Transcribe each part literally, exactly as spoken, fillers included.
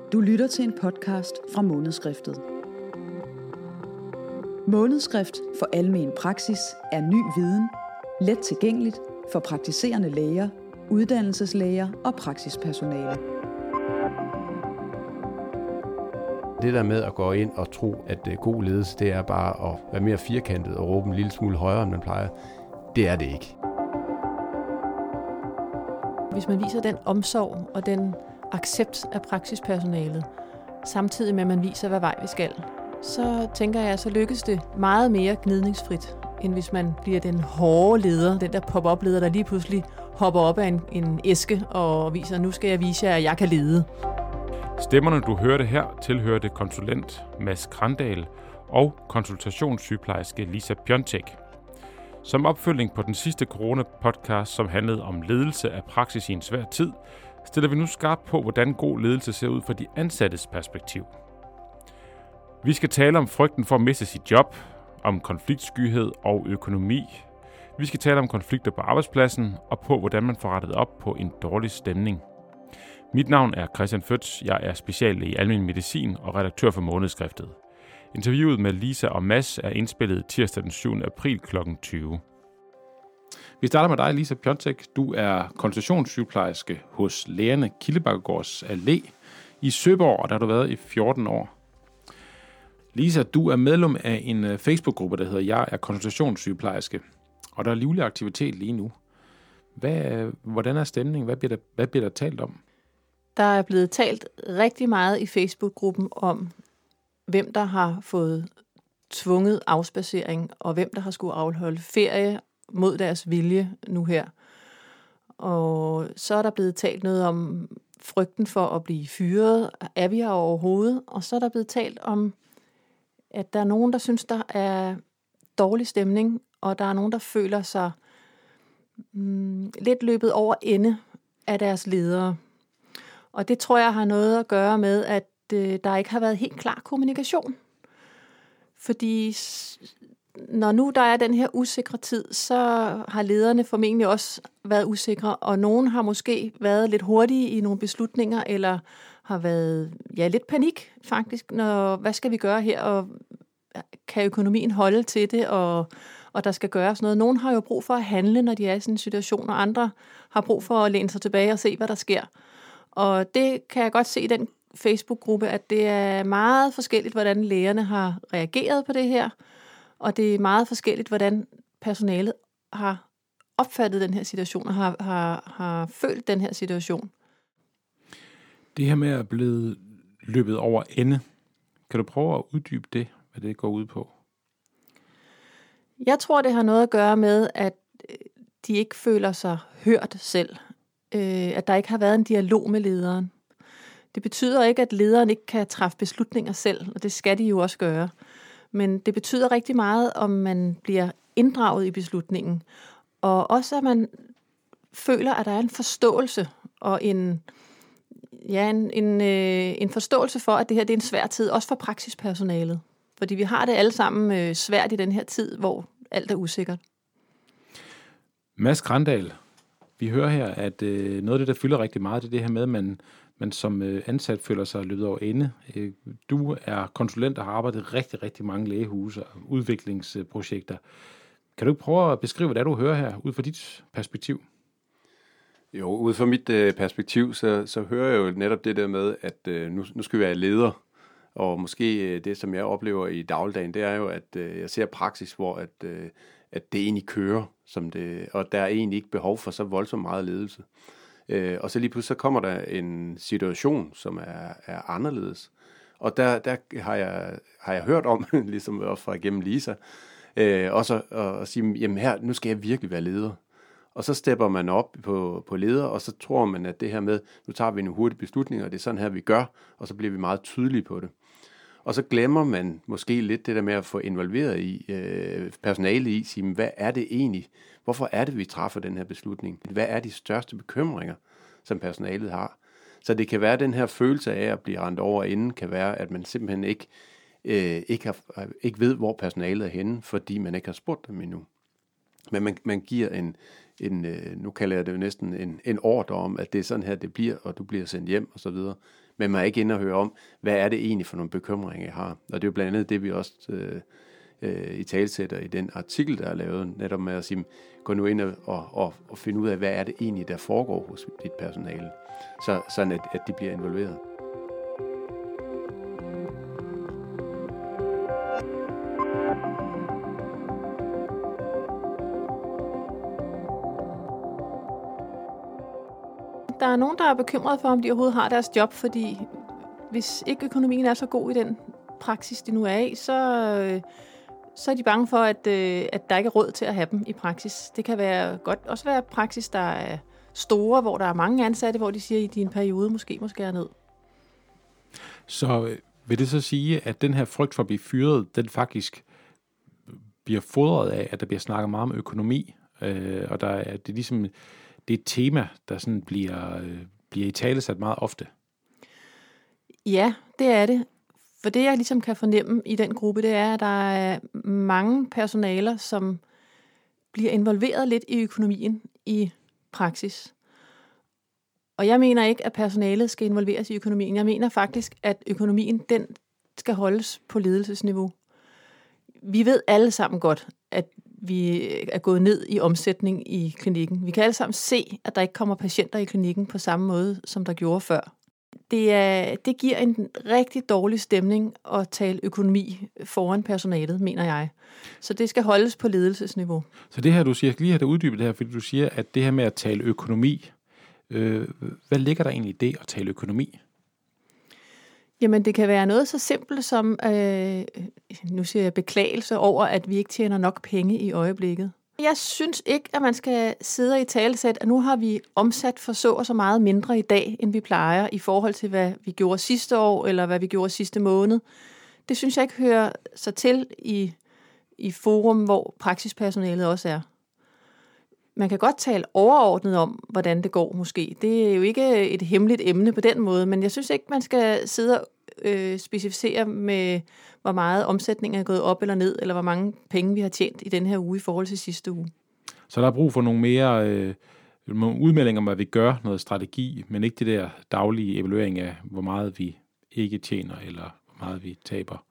Du lytter til en podcast fra Månedskriftet. Månedsskrift for almen praksis er ny viden, let tilgængeligt for praktiserende læger, uddannelseslæger og praksispersonale. Det der med at gå ind og tro, at god ledelse, det er bare at være mere firkantet og råbe en lille smule højere, end man plejer, det er det ikke. Hvis man viser den omsorg og den accept af praksispersonalet, samtidig med at man viser, hvad vej vi skal, så tænker jeg, så lykkes det meget mere gnidningsfrit, end hvis man bliver den hårde leder, den der pop-up-leder, der lige pludselig hopper op af en, en æske og viser, nu skal jeg vise jer, at jeg kan lede. Stemmerne, du hørte her, tilhørte konsulent Mads Grandal og konsultationssygeplejerske Lisa Piontek. Som opfølging på den sidste corona-podcast, som handlede om ledelse af praksis i en svær tid, stiller vi nu skarpt på, hvordan god ledelse ser ud fra de ansattes perspektiv. Vi skal tale om frygten for at miste sit job, om konfliktskyhed og økonomi. Vi skal tale om konflikter på arbejdspladsen og på, hvordan man får rettet op på en dårlig stemning. Mit navn er Christian Føtz. Jeg er speciallæge i almen medicin og redaktør for Månedskriftet. Interviewet med Lisa og Mads er indspillet tirsdag den syvende april klokken tyve. Vi starter med dig, Lisa Piontek. Du er konsultationssygeplejerske hos lægerne Kildebakkegaards Allé i Søborg, og der har du været i fjorten år. Lisa, du er medlem af en Facebook-gruppe, der hedder Jeg er konsultationssygeplejerske, og der er livlig aktivitet lige nu. Hvad, hvordan er stemningen? Hvad bliver, der, hvad bliver der talt om? Der er blevet talt rigtig meget i Facebook-gruppen om, hvem der har fået tvunget afspacering, og hvem der har skulle afholde ferie mod deres vilje nu her. Og så er der blevet talt noget om frygten for at blive fyret. Er vi her overhovedet? Og så er der blevet talt om, at der er nogen, der synes, der er dårlig stemning, og der er nogen, der føler sig mm, lidt løbet over ende af deres ledere. Og det tror jeg har noget at gøre med, at øh, der ikke har været helt klar kommunikation. Fordi når nu der er den her usikre tid, så har lederne formentlig også været usikre, og nogen har måske været lidt hurtige i nogle beslutninger, eller har været ja, lidt panik faktisk, når hvad skal vi gøre her, og kan økonomien holde til det, og, og der skal gøres noget. Nogen har jo brug for at handle, når de er i sådan en situation, og andre har brug for at læne sig tilbage og se, hvad der sker. Og det kan jeg godt se i den Facebook-gruppe, at det er meget forskelligt, hvordan lægerne har reageret på det her, og det er meget forskelligt, hvordan personalet har opfattet den her situation, og har, har, har følt den her situation. Det her med at blive løbet over ende, kan du prøve at uddybe det, hvad det går ud på? Jeg tror, det har noget at gøre med, at de ikke føler sig hørt selv. At der ikke har været en dialog med lederen. Det betyder ikke, at lederen ikke kan træffe beslutninger selv, og det skal de jo også gøre. Men det betyder rigtig meget, om man bliver inddraget i beslutningen. Og også, at man føler, at der er en forståelse og en, ja, en, en, øh, en forståelse for, at det her det er en svær tid, også for praksispersonalet. Fordi vi har det alle sammen øh, svært i den her tid, hvor alt er usikkert. Mads Grandal, vi hører her, at øh, noget af det, der fylder rigtig meget, det er det her med, at man, man som øh, ansat føler sig løbet over ende. Øh, du er konsulent og har arbejdet rigtig, rigtig mange lægehuse og udviklingsprojekter. Kan du prøve at beskrive, hvad du hører her, ud fra dit perspektiv? Jo, ud fra mit øh, perspektiv, så, så hører jeg jo netop det der med, at øh, nu, nu skal vi være leder. Og måske øh, det, som jeg oplever i dagligdagen, det er jo, at øh, jeg ser praksis, hvor at, øh, at det egentlig kører, som det, og der er egentlig ikke behov for så voldsomt meget ledelse. Øh, og så lige pludselig så kommer der en situation, som er, er anderledes. Og der, der har, jeg, har jeg hørt om, ligesom også fra igennem Lisa, øh, også at, at sige, jamen her, nu skal jeg virkelig være leder. Og så stepper man op på, på leder, og så tror man, at det her med, nu tager vi nogle hurtige beslutninger, og det er sådan her, vi gør, og så bliver vi meget tydelige på det. Og så glemmer man måske lidt det der med at få involveret i øh, personalet i, sige, hvad er det egentlig? Hvorfor er det, vi træffer den her beslutning? Hvad er de største bekymringer, som personalet har? Så det kan være, den her følelse af at blive rendt over inden, kan være, at man simpelthen ikke, øh, ikke, har, ikke ved, hvor personalet er henne, fordi man ikke har spurgt dem endnu. Men man, man giver en, en, nu kalder jeg det jo næsten en, en ordre om, at det er sådan her, det bliver, og du bliver sendt hjem og så videre. men man er ikke inde og høre om, hvad er det egentlig for nogle bekymringer, jeg har. Og det er jo blandt andet det, vi også øh, øh, i talsætter i den artikel, der er lavet, netop med at sige, gå nu ind og, og, og finde ud af, hvad er det egentlig, der foregår hos dit personale, så, sådan at, at de bliver involveret. Der er nogen, der er bekymret for, om de overhovedet har deres job, fordi hvis ikke økonomien er så god i den praksis, de nu er i, så, så er de bange for, at, at der ikke er råd til at have dem i praksis. Det kan være godt også være praksis, der er store, hvor der er mange ansatte, hvor de siger, at i en periode måske må skære ned. Så vil det så sige, at den her frygt for at blive fyret, den faktisk bliver fodret af, at der bliver snakket meget om økonomi, øh, og der er, det er ligesom det er et tema, der sådan bliver, øh, bliver italesat meget ofte. Ja, det er det. For det, jeg ligesom kan fornemme i den gruppe, det er, at der er mange personaler, som bliver involveret lidt i økonomien i praksis. Og jeg mener ikke, at personalet skal involveres i økonomien. Jeg mener faktisk, at økonomien, den skal holdes på ledelsesniveau. Vi ved alle sammen godt, at vi er gået ned i omsætning i klinikken. Vi kan alle sammen se, at der ikke kommer patienter i klinikken på samme måde, som der gjorde før. Det, er, det giver en rigtig dårlig stemning at tale økonomi foran personalet, mener jeg. Så det skal holdes på ledelsesniveau. Så det her, du siger, jeg skal lige have det uddybet det her, fordi du siger, at det her med at tale økonomi, øh, hvad ligger der egentlig i det at tale økonomi? Jamen, det kan være noget så simpelt som, øh, nu siger jeg beklagelse over, at vi ikke tjener nok penge i øjeblikket. Jeg synes ikke, at man skal sidde i talesæt, at nu har vi omsat for så og så meget mindre i dag, end vi plejer, i forhold til, hvad vi gjorde sidste år, eller hvad vi gjorde sidste måned. Det synes jeg ikke hører sig til i, i forum, hvor praksispersonalet også er. Man kan godt tale overordnet om, hvordan det går måske. Det er jo ikke et hemmeligt emne på den måde, men jeg synes ikke, man skal sidde og øh, specificere med, hvor meget omsætningen er gået op eller ned, eller hvor mange penge vi har tjent i den her uge i forhold til sidste uge. Så der er brug for nogle mere øh, nogle udmeldinger om, hvad vi gør, noget strategi, men ikke det der daglige evaluering af, hvor meget vi ikke tjener, eller hvor meget vi taber.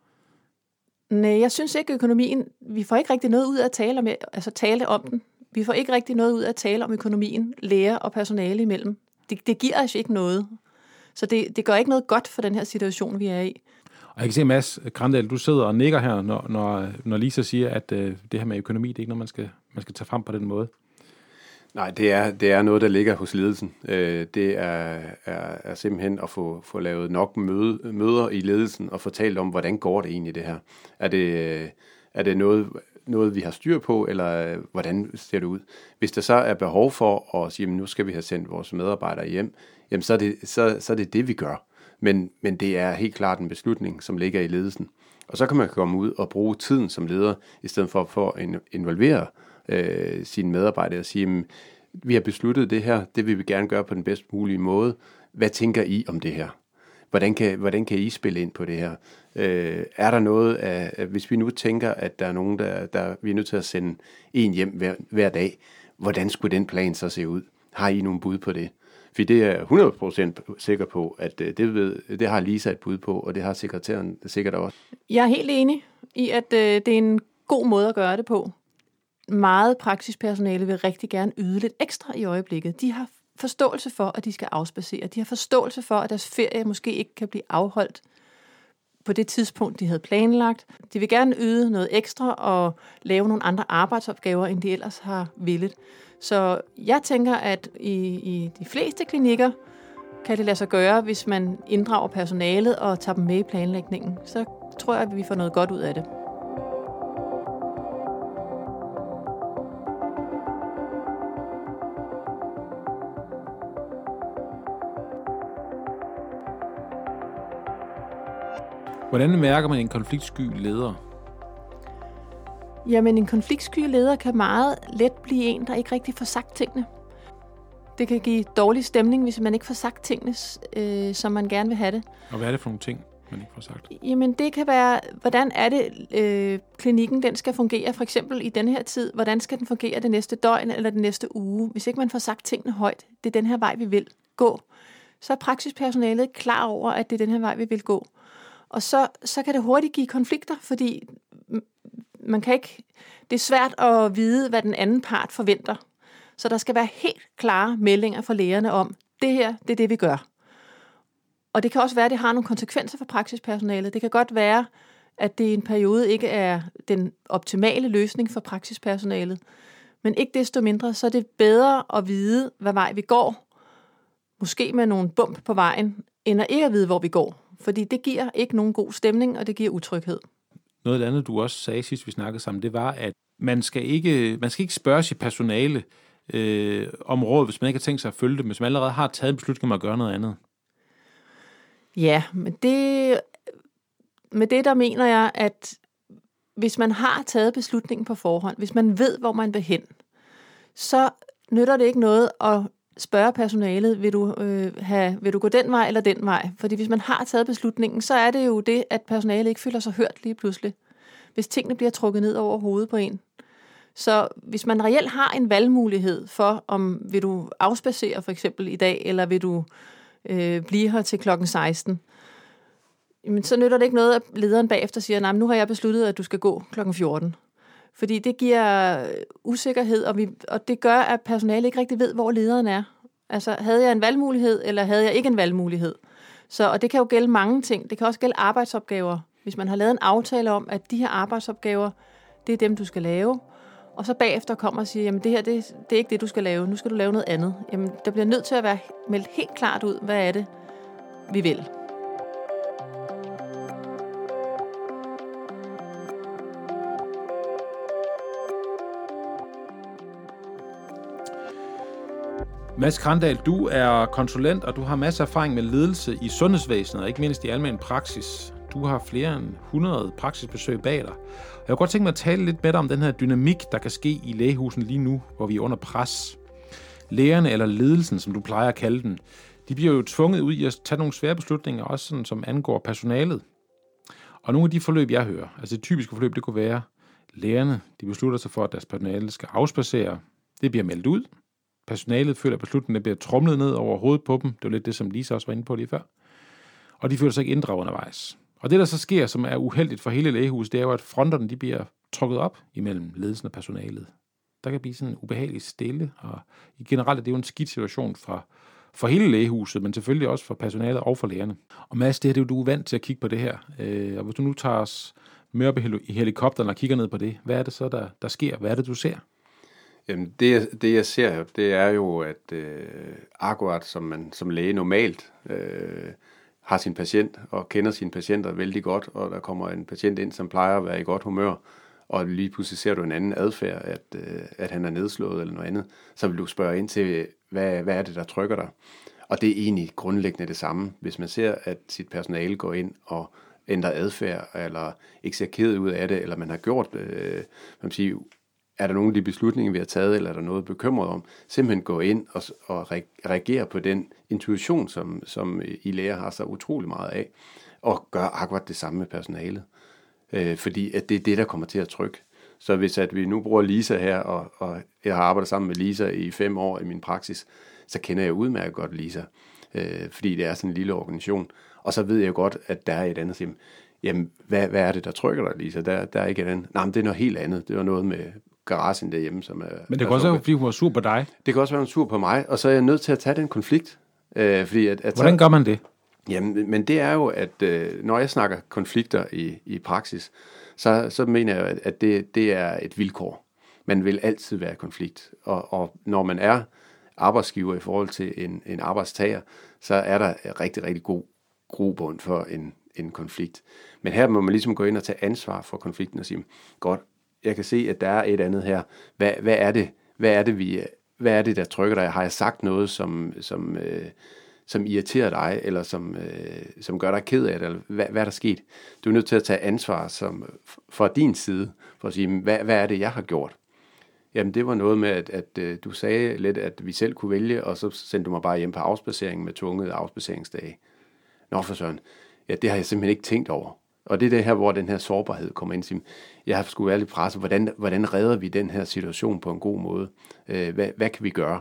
Nej, jeg synes ikke økonomien, vi får ikke rigtig noget ud af at tale om, altså tale om den. Vi får ikke rigtig noget ud af at tale om økonomien, læger og personale imellem. Det, det giver os ikke noget. Så det, det gør ikke noget godt for den her situation, vi er i. Og jeg kan se, Mads Grandal, du sidder og nikker her, når, når, når Lisa siger, at øh, det her med økonomi, det er ikke noget, man skal, man skal tage frem på den måde. Nej, det er, det er noget, der ligger hos ledelsen. Øh, det er, er, er simpelthen at få, få lavet nok møde, møder i ledelsen og fortalt om, hvordan går det egentlig det her. Er det, er det noget... noget, vi har styr på, eller hvordan ser det ud? Hvis der så er behov for at sige, nu skal vi have sendt vores medarbejdere hjem, jamen så er det, så, så er det, det, vi gør. Men, men det er helt klart en beslutning, som ligger i ledelsen. Og så kan man komme ud og bruge tiden som leder, i stedet for at få at involvere øh, sine medarbejdere og sige, vi har besluttet det her, det vil vi gerne gøre på den bedst mulige måde. Hvad tænker I om det her? Hvordan kan, hvordan kan I spille ind på det her? Øh, er der noget af, at hvis vi nu tænker, at der er nogen, der, der vi er nødt til at sende en hjem hver, hver dag, hvordan skulle den plan så se ud? Har I nogle bud på det? For det er hundrede procent sikker på, at det, ved, det har Lisa et bud på, og det har sekretæren sikkert også. Jeg er helt enig i, at øh, det er en god måde at gøre det på. Meget praksispersonale vil rigtig gerne yde lidt ekstra i øjeblikket. De har forståelse for, at de skal afspacere. De har forståelse for, at deres ferie måske ikke kan blive afholdt på det tidspunkt, de havde planlagt. De vil gerne yde noget ekstra og lave nogle andre arbejdsopgaver, end de ellers har villet. Så jeg tænker, at i, i de fleste klinikker kan det lade sig gøre, hvis man inddrager personalet og tager dem med i planlægningen. Så tror jeg, at vi får noget godt ud af det. Hvordan mærker man en konfliktsky leder? Jamen, en konfliktsky leder kan meget let blive en, der ikke rigtig får sagt tingene. Det kan give dårlig stemning, hvis man ikke får sagt tingene, øh, som man gerne vil have det. Og hvad er det for nogle ting, man ikke får sagt? Jamen, det kan være, hvordan er det, øh, klinikken den skal fungere, for eksempel i den her tid. Hvordan skal den fungere det næste døgn eller den næste uge? Hvis ikke man får sagt tingene højt, det er den her vej, vi vil gå, så er praksispersonalet ikke klar over, at det er den her vej, vi vil gå. Og så, så kan det hurtigt give konflikter, fordi man kan ikke, det er svært at vide, hvad den anden part forventer. Så der skal være helt klare meldinger fra lægerne om, det her, det er det, vi gør. Og det kan også være, at det har nogle konsekvenser for praksispersonalet. Det kan godt være, at det i en periode ikke er den optimale løsning for praksispersonalet. Men ikke desto mindre, så er det bedre at vide, hvad vej vi går. Måske med nogle bump på vejen, end at ikke at vide, hvor vi går. Fordi det giver ikke nogen god stemning, og det giver utryghed. Noget andet, du også sagde sidst, vi snakkede sammen, det var, at man skal ikke, man skal ikke spørge sit personale øh, om råd, hvis man ikke har tænkt sig at følge det, hvis man allerede har taget en beslutning om at gøre noget andet. Ja, men det, med det der mener jeg, at hvis man har taget beslutningen på forhånd, hvis man ved, hvor man vil hen, så nytter det ikke noget at spørge personalet, vil du, øh, have, vil du gå den vej eller den vej? Fordi hvis man har taget beslutningen, så er det jo det, at personalet ikke føler sig hørt lige pludselig. Hvis tingene bliver trukket ned over hovedet på en. Så hvis man reelt har en valgmulighed for, om vil du afspacere for eksempel i dag, eller vil du øh, blive her til klokken seksten, jamen, så nytter det ikke noget, at lederen bagefter siger, nej, nu har jeg besluttet, at du skal gå klokken fjorten. Fordi det giver usikkerhed, og, vi, og det gør, at personalet ikke rigtig ved, hvor lederen er. Altså, havde jeg en valgmulighed, eller havde jeg ikke en valgmulighed? Så, og det kan jo gælde mange ting. Det kan også gælde arbejdsopgaver. Hvis man har lavet en aftale om, at de her arbejdsopgaver, det er dem, du skal lave, og så bagefter kommer og siger, jamen det her, det, det er ikke det, du skal lave. Nu skal du lave noget andet. Jamen, der bliver nødt til at være meldt helt klart ud, hvad er det, vi vil. Mads Krandahl, du er konsulent, og du har masser af erfaring med ledelse i sundhedsvæsenet, og ikke mindst i almen praksis. Du har flere end hundrede praksisbesøg bag dig. Jeg kunne godt tænke mig at tale lidt med dig om den her dynamik, der kan ske i lægehusen lige nu, hvor vi er under pres. Lægerne, eller ledelsen, som du plejer at kalde den, de bliver jo tvunget ud i at tage nogle svære beslutninger, også sådan, som angår personalet. Og nogle af de forløb, jeg hører, altså det typiske forløb, det kunne være, lægerne, de beslutter sig for, at deres personale skal afspacere. Det bliver meldt ud. Personalet føler, at beslutningen bliver tromlet ned over hovedet på dem. Det var lidt det, som Lisa også var inde på lige før. Og de føler sig ikke inddraget undervejs. Og det, der så sker, som er uheldigt for hele lægehuset, det er jo, at fronterne de bliver trukket op imellem ledelsen og personalet. Der kan blive sådan en ubehagelig stille, og i generelt er det jo en skidt situation for, for hele lægehuset, men selvfølgelig også for personalet og for lægerne. Og Mads, det her, det er jo, du er vant til at kigge på det her. Og hvis du nu tager os med op i helikopteren og kigger ned på det, hvad er det så, der, der sker? Hvad er det, du ser? Jamen, det, det jeg ser, det er jo, at øh, akkurat som man som læge normalt øh, har sin patient og kender sine patienter vældig godt, og der kommer en patient ind, som plejer at være i godt humør, og lige pludselig ser du en anden adfærd, at, øh, at han er nedslået eller noget andet, så vil du spørge ind til, hvad, hvad er det, der trykker dig? Og det er egentlig grundlæggende det samme. Hvis man ser, at sit personale går ind og ændrer adfærd, eller ikke ser ked ud af det, eller man har gjort, øh, man siger, er der nogle af de beslutninger, vi har taget, eller er der noget bekymret om, simpelthen gå ind og, og reagere på den intuition, som, som I læger har så utrolig meget af, og gøre akkurat det samme med personalet. Øh, fordi at det er det, der kommer til at trykke. Så hvis at vi nu bruger Lisa her, og, og jeg har arbejdet sammen med Lisa i fem år i min praksis, så kender jeg udmærket godt Lisa, øh, fordi det er sådan en lille organisation. Og så ved jeg godt, at der er et andet sim. Jamen, hvad, hvad er det, der trykker dig, Lisa? Der, der er ikke et andet. Nej, men det er noget helt andet. Det var noget med garagen derhjemme, som er... Men det kan også være, fordi hun var sur på dig. Det kan også være, hun er sur på mig, og så er jeg nødt til at tage den konflikt. Øh, fordi at, at Hvordan gør man det? Jamen, men det er jo, at øh, når jeg snakker konflikter i, i praksis, så, så mener jeg, at, at det, det er et vilkår. Man vil altid være i konflikt, og, og når man er arbejdsgiver i forhold til en, en arbejdstager, så er der rigtig, rigtig god grobund for en, en konflikt. Men her må man ligesom gå ind og tage ansvar for konflikten og sige, godt, jeg kan se, at der er et andet her. Hvad, hvad er det? Hvad er det, vi, hvad er det, der trykker dig? Har jeg sagt noget, som, som, øh, som irriterer dig, eller som, øh, som gør dig ked af det? Eller hvad, hvad er der sket? Du er nødt til at tage ansvar som, fra din side, for at sige, hvad, hvad er det, jeg har gjort? Jamen, det var noget med, at, at, at du sagde lidt, at vi selv kunne vælge, og så sendte du mig bare hjem på afspaceringen med tvunget afspaceringsdage. Nå for søren, ja, det har jeg simpelthen ikke tænkt over. Og det er det her, hvor den her sårbarhed kommer ind. Jeg har sgu være lidt presset. Hvordan, hvordan redder vi den her situation på en god måde? Hvad, hvad kan vi gøre?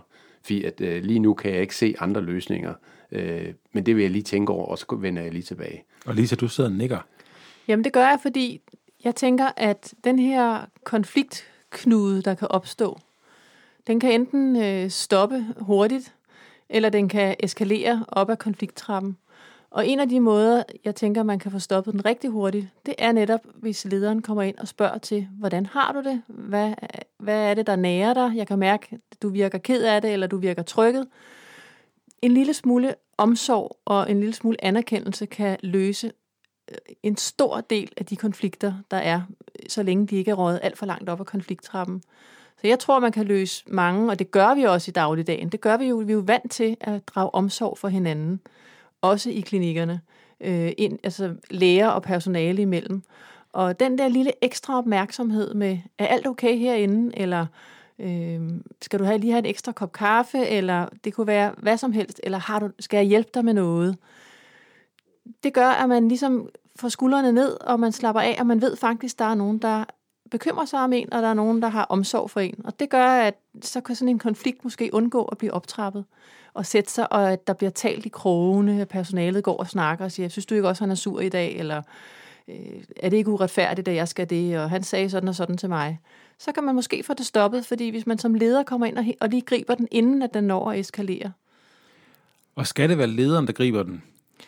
fordi at, øh, lige nu kan jeg ikke se andre løsninger, øh, men det vil jeg lige tænke over, og så vender jeg lige tilbage. Og Lisa, du sidder og nikker. Jamen det gør jeg, fordi jeg tænker, at den her konfliktknude, der kan opstå, den kan enten øh, stoppe hurtigt, eller den kan eskalere op ad konflikttrappen. Og en af de måder, jeg tænker, man kan få stoppet den rigtig hurtigt, det er netop, hvis lederen kommer ind og spørger til, hvordan har du det? Hvad, hvad er det, der nærer dig? Jeg kan mærke, at du virker ked af det, eller du virker trykket. En lille smule omsorg og en lille smule anerkendelse kan løse en stor del af de konflikter, der er, så længe de ikke er røget alt for langt op ad konflikttrappen. Så jeg tror, man kan løse mange, og det gør vi også i dagligdagen. Det gør vi jo. Vi er jo vant til at drage omsorg for hinanden, også i klinikkerne, øh, ind, altså læger og personale imellem. Og den der lille ekstra opmærksomhed med, er alt okay herinde, eller øh, skal du have, lige have en ekstra kop kaffe, eller det kunne være hvad som helst, eller har du, skal jeg hjælpe dig med noget? Det gør, at man ligesom får skuldrene ned, og man slapper af, og man ved faktisk, at der er nogen, der bekymrer sig om en, og der er nogen, der har omsorg for en. Og det gør, at så kan sådan en konflikt måske undgå at blive optrappet og sætte sig, og at der bliver talt i krogene, at personalet går og snakker og siger, synes du ikke også, han er sur i dag, eller øh, er det ikke uretfærdigt, at jeg skal det, og han sagde sådan og sådan til mig. Så kan man måske få det stoppet, fordi hvis man som leder kommer ind og, og lige griber den, inden at den når at eskalere. Og skal det være lederen, der griber den?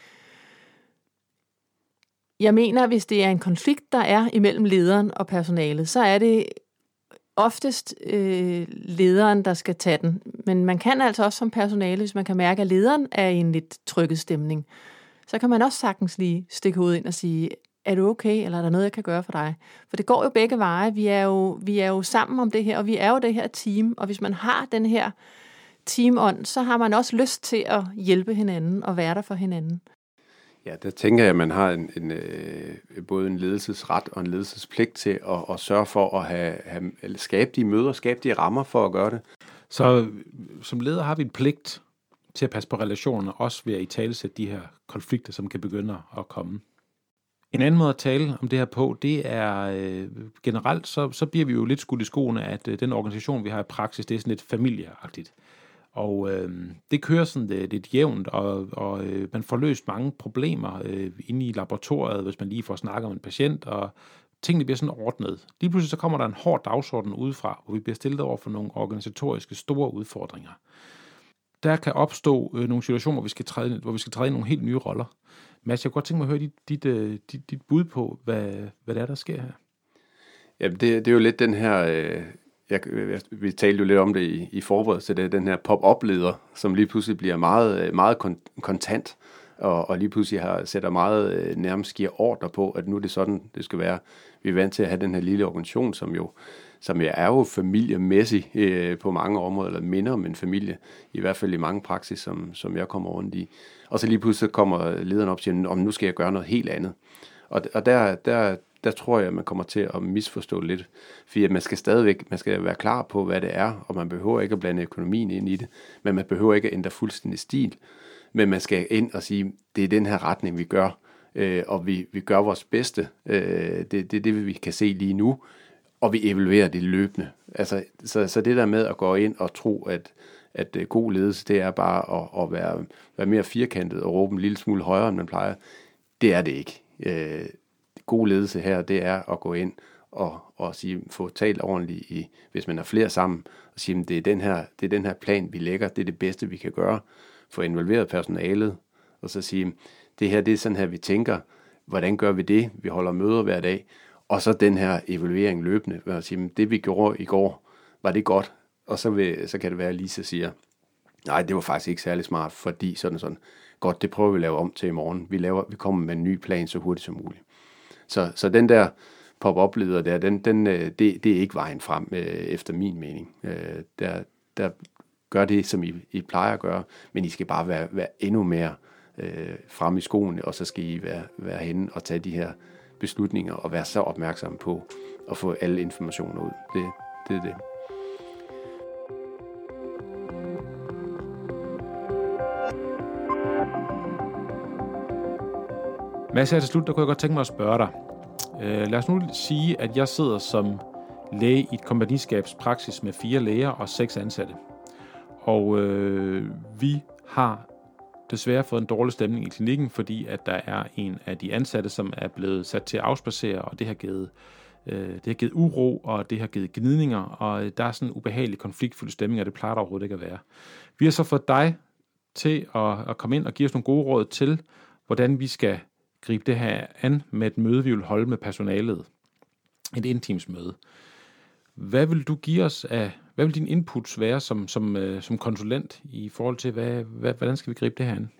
Jeg mener, hvis det er en konflikt, der er imellem lederen og personalet, så er det oftest øh, lederen, der skal tage den. Men man kan altså også som personale, hvis man kan mærke, at lederen er i en lidt trykket stemning, så kan man også sagtens lige stikke hovedet ind og sige, er du okay, eller er der noget, jeg kan gøre for dig? For det går jo begge veje. Vi er jo, vi er jo sammen om det her, og vi er jo det her team. Og hvis man har den her teamånd, så har man også lyst til at hjælpe hinanden og være der for hinanden. Ja, der tænker jeg, at man har en, en, øh, både en ledelsesret og en ledelsespligt til at, at sørge for at have, have, skabe de møder, skabe de rammer for at gøre det. Så som leder har vi en pligt til at passe på relationerne, også ved at italesætte de her konflikter, som kan begynde at komme. En anden måde at tale om det her på, det er øh, generelt, så, så bliver vi jo lidt skudt i skoene, at øh, den organisation, vi har i praksis, det er sådan lidt familieagtigt. Og øh, det kører sådan lidt, lidt jævnt, og, og øh, man får løst mange problemer øh, inde i laboratoriet, hvis man lige får snakket om en patient, og tingene bliver sådan ordnet. Lige pludselig så kommer der en hård dagsorden udefra, hvor vi bliver stillet over for nogle organisatoriske store udfordringer. Der kan opstå øh, nogle situationer, hvor vi, skal træde, hvor vi skal træde i nogle helt nye roller. Mads, jeg kunne godt tænke mig at høre dit, dit, dit, dit bud på, hvad, hvad det er, der sker her. Ja, det, det er jo lidt den her... Øh Jeg, jeg, vi talte jo lidt om det i, i forberedelse, det er den her pop-up-leder, som lige pludselig bliver meget, meget kon- kontant, og, og lige pludselig har, sætter meget nærmest giver ordre på, at nu er det sådan, det skal være. Vi er vant til at have den her lille organisation, som jo, som er jo familiemæssig øh, på mange områder, eller minder om en familie, i hvert fald i mange praksis, som, som jeg kommer rundt i. Og så lige pludselig kommer lederen op og siger, om nu skal jeg gøre noget helt andet. Og, og der, der der tror jeg, at man kommer til at misforstå lidt. Fordi man skal stadigvæk, man skal være klar på, hvad det er, og man behøver ikke at blande økonomien ind i det, men man behøver ikke at ændre fuldstændig stil. Men man skal ind og sige, det er den her retning, vi gør, øh, og vi, vi gør vores bedste. Øh, det, det er det, vi kan se lige nu, og vi evaluerer det løbende. Altså, så, så det der med at gå ind og tro, at, at god ledelse, det er bare at, at være, være mere firkantet og råbe en lille smule højere, end man plejer, det er det ikke. Øh, god ledelse her, det er at gå ind og, og sige, få talt ordentligt, i, hvis man er flere sammen, og sige, det er, den her, det er den her plan, vi lægger, det er det bedste, vi kan gøre, for involveret personalet, og så sige, det her, det er sådan her, vi tænker, hvordan gør vi det? Vi holder møder hver dag, og så den her evaluering løbende, hvor sige, det vi gjorde i går, var det godt? Og så, vil, så kan det være, at Lisa siger, nej, det var faktisk ikke særlig smart, fordi sådan sådan, godt, det prøver vi at lave om til i morgen. Vi, laver, vi kommer med en ny plan så hurtigt som muligt. Så, så den der pop-up-leder der, den, den, det, det er ikke vejen frem, øh, efter min mening. Øh, der, der gør det, som I, I plejer at gøre, men I skal bare være, være endnu mere øh, frem i skoene, og så skal I være, være henne og tage de her beslutninger, og være så opmærksomme på at få alle informationer ud. Det, det er det. Mads, her til slut, der kunne jeg godt tænke mig at spørge dig. Øh, lad os nu sige, at jeg sidder som læge i et kompagniskabspraksis med fire læger og seks ansatte. Og øh, vi har desværre fået en dårlig stemning i klinikken, fordi at der er en af de ansatte, som er blevet sat til at afspacere, og det har givet, øh, det har givet uro, og det har givet gnidninger, og der er sådan en ubehagelig konfliktfuld stemning, og det plejer der overhovedet ikke at være. Vi har så fået dig til at, at komme ind og give os nogle gode råd til, hvordan vi skal gribe det her an med et møde, vi vil holde med personalet. Et intimsmøde. Hvad vil du give os af, hvad vil din inputs være som, som, øh, som konsulent i forhold til, hvad, hvad, hvordan skal vi gribe det her an?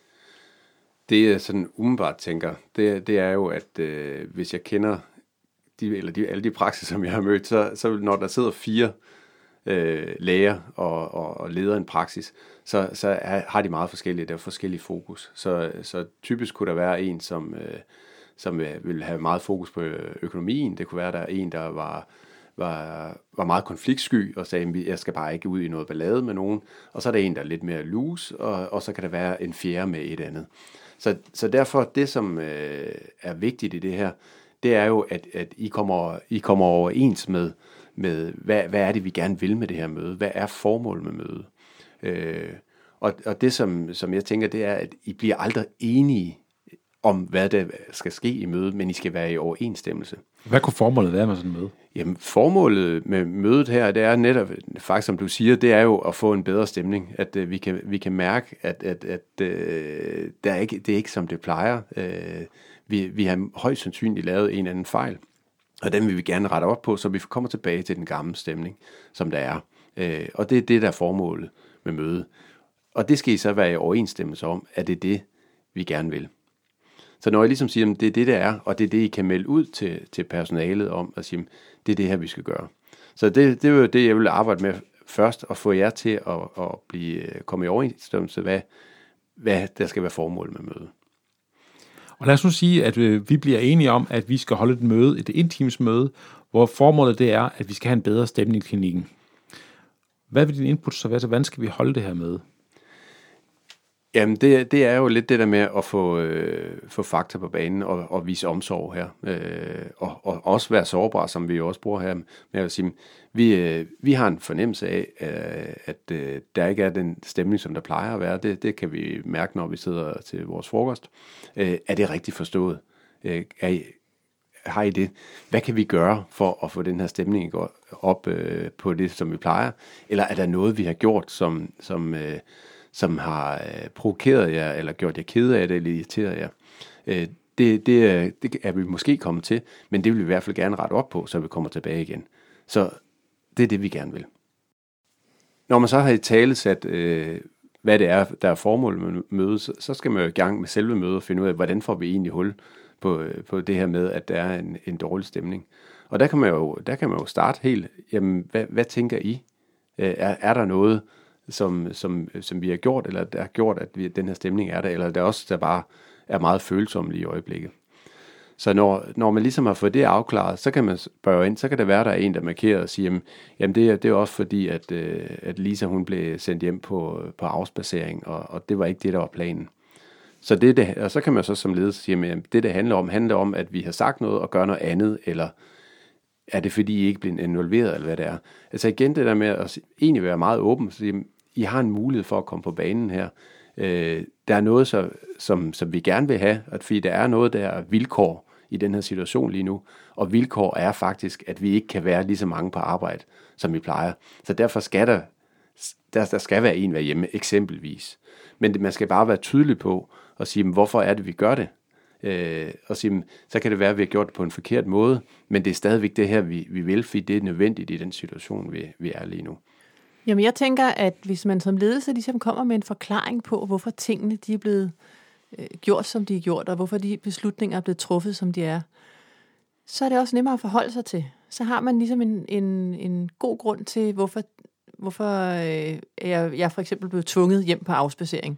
Det jeg sådan umiddelbart tænker, det, det er jo, at øh, hvis jeg kender de, eller de, alle de praksiser, som jeg har mødt, så, så når der sidder fire øh, læger og, og, og leder en praksis, så, så er, har de meget forskellige, der er forskellige fokus. Så, så typisk kunne der være en, som, øh, som vil have meget fokus på økonomien. Det kunne være, der er en, der var Var, var meget konfliktsky og sagde, at jeg skal bare ikke ud i noget ballade med nogen. Og så er der en, der er lidt mere loose, og, og så kan der være en fjerde med et andet. Så, så derfor, det som øh, er vigtigt i det her, det er jo, at, at I, kommer, I kommer overens med, med hvad, hvad er det, vi gerne vil med det her møde? Hvad er formålet med mødet? Øh, og, og det, som, som jeg tænker, det er, at I bliver aldrig enige om, hvad der skal ske i mødet, men I skal være i overensstemmelse. Hvad kunne formålet være med sådan et møde? Jamen, formålet med mødet her, det er netop, faktisk som du siger, det er jo at få en bedre stemning. At uh, vi, kan, vi kan mærke, at, at, at uh, der er ikke, det er ikke, som det plejer. Uh, vi, vi har højst sandsynligt lavet en eller anden fejl, og den vil vi gerne rette op på, så vi kommer tilbage til den gamle stemning, som der er. Uh, og det er det, der er formålet med mødet. Og det skal I så være i overensstemmelse om, at det er det, vi gerne vil. Så når jeg ligesom siger, at det er det, der er, og det er det, I kan melde ud til, til personalet om, at sige, det er det her, vi skal gøre. Så det, det er jo det, jeg vil arbejde med først, og få jer til at, at blive, komme i overensstemmelse, hvad, hvad der skal være formålet med mødet. Og lad os nu sige, at vi bliver enige om, at vi skal holde et møde, et intimsmøde, hvor formålet det er, at vi skal have en bedre stemning i klinikken. Hvad vil din input så være, så hvordan skal vi holde det her møde? Jamen, det, det er jo lidt det der med at få, øh, få fakta på banen og, og vise omsorg her. Øh, og, og også være sårbar, som vi jo også bruger her. Med at sige, vi, øh, vi har en fornemmelse af, øh, at øh, der ikke er den stemning, som der plejer at være. Det, det kan vi mærke, når vi sidder til vores frokost. Øh, er det rigtigt forstået? Øh, er I, har I det? Hvad kan vi gøre for at få den her stemning op øh, på det, som vi plejer? Eller er der noget, vi har gjort, som... som øh, som har øh, provokeret jer, eller gjort jer kede af det, eller irriteret jer. Øh, det, det, det er vi måske kommet til, men det vil vi i hvert fald gerne rette op på, så vi kommer tilbage igen. Så det er det, vi gerne vil. Når man så har i tale sat, øh, hvad det er, der er formålet med mødet, så, så skal man jo i gang med selve mødet og finde ud af, hvordan får vi egentlig hul på, på det her med, at der er en, en dårlig stemning. Og der kan man jo, der kan man jo starte helt, jamen, hvad, hvad tænker I? Øh, er, er der noget, Som, som, som vi har gjort, eller der har gjort, at vi, den her stemning er der, eller der også der bare er meget følsomme lige i øjeblikket. Så når, når man ligesom har fået det afklaret, så kan man spørge ind, så kan det være, der er en, der markerer og siger, jamen, jamen det, er, det er også fordi, at, øh, at Lisa hun blev sendt hjem på, på afspacering, og, og det var ikke det, der var planen. Så det, det, og så kan man så som leder sige, jamen det, det handler om, handler om, at vi har sagt noget og gør noget andet, eller er det fordi, I ikke bliver involveret, eller hvad det er. Altså igen, det der med at egentlig være meget åben, så sige, I har en mulighed for at komme på banen her. Øh, der er noget, så, som, som vi gerne vil have, at fordi der er noget, der er vilkår i den her situation lige nu, og vilkår er faktisk, at vi ikke kan være lige så mange på arbejde, som vi plejer. Så derfor skal der, der, der skal være en være hjemme, eksempelvis. Men det, man skal bare være tydelig på, og sige, hvorfor er det, vi gør det? Øh, og sige, så kan det være, at vi har gjort det på en forkert måde, men det er stadigvæk det her, vi, vi vil, fordi det er nødvendigt i den situation, vi, vi er lige nu. Jamen, jeg tænker, at hvis man som ledelse ligesom kommer med en forklaring på, hvorfor tingene de er blevet øh, gjort, som de er gjort, og hvorfor de beslutninger er blevet truffet, som de er, så er det også nemmere at forholde sig til. Så har man ligesom en, en, en god grund til, hvorfor, hvorfor øh, jeg, jeg for eksempel blev tvunget hjem på afspacering.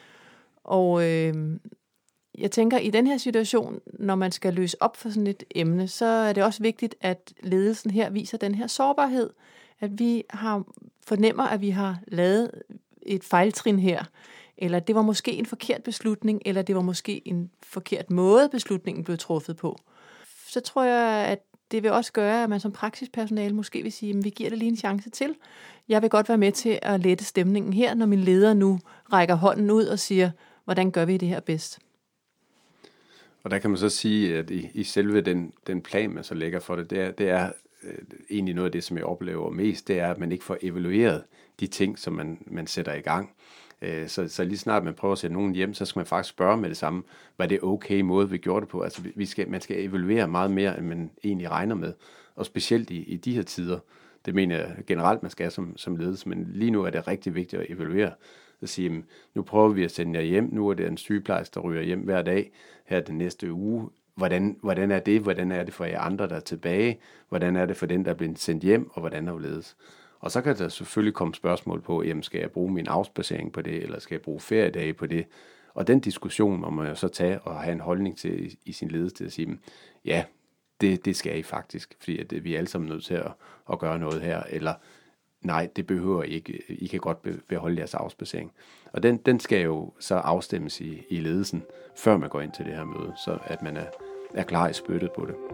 Og øh, jeg tænker, i den her situation, når man skal løse op for sådan et emne, så er det også vigtigt, at ledelsen her viser den her sårbarhed, at vi har, fornemmer, at vi har lavet et fejltrin her, eller det var måske en forkert beslutning, eller det var måske en forkert måde, beslutningen blev truffet på. Så tror jeg, at det vil også gøre, at man som praksispersonale måske vil sige, at vi giver det lige en chance til. Jeg vil godt være med til at lette stemningen her, når min leder nu rækker hånden ud og siger, hvordan gør vi det her bedst? Og der kan man så sige, at i, i selve den, den plan, man så lægger for det, det er, det er øh, egentlig noget af det, som jeg oplever mest, det er, at man ikke får evalueret de ting, som man, man sætter i gang. Øh, så, så lige snart man prøver at sætte nogen hjem, så skal man faktisk spørge med det samme, var det okay måde, vi gjorde det på? Altså vi skal, man skal evaluere meget mere, end man egentlig regner med. Og specielt i, i de her tider, det mener jeg generelt, man skal som, som ledelse, men lige nu er det rigtig vigtigt at evaluere. At sige, nu prøver vi at sende jer hjem, nu er det en sygeplejerske, der ryger hjem hver dag, her den næste uge. Hvordan, hvordan er det? Hvordan er det for jer andre, der er tilbage? Hvordan er det for den, der er blevet sendt hjem? Og hvordan er det ledes? Og så kan der selvfølgelig komme spørgsmål på, jamen skal jeg bruge min afspacering på det, eller skal jeg bruge feriedage på det? Og den diskussion må man jo så tage og have en holdning til i, i sin ledelse til at sige, ja, det, det skal I faktisk, fordi at vi er alle sammen nødt til at, at gøre noget her, eller nej, det behøver I ikke. I kan godt beholde jeres afspacering. Og den, den skal jo så afstemmes i, i ledelsen, før man går ind til det her møde, så at man er, er klar i spyttet på det.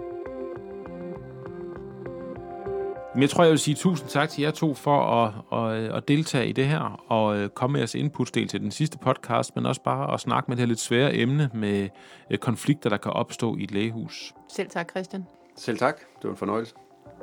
Men jeg tror, jeg vil sige tusind tak til jer to for at, at, at deltage i det her, og komme med jeres inputsdel til den sidste podcast, men også bare at snakke med det her lidt svære emne med konflikter, der kan opstå i et lægehus. Selv tak, Christian. Selv tak. Det var en fornøjelse.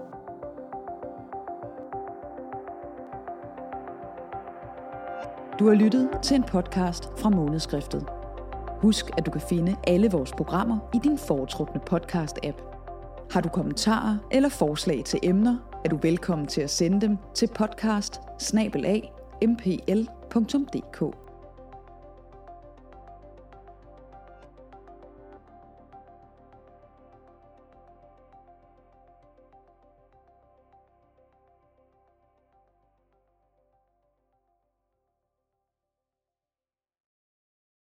Du har lyttet til en podcast fra Månedskriftet. Husk, at du kan finde alle vores programmer i din foretrukne podcast-app. Har du kommentarer eller forslag til emner, er du velkommen til at sende dem til podcast bindestreg m p l punktum d k.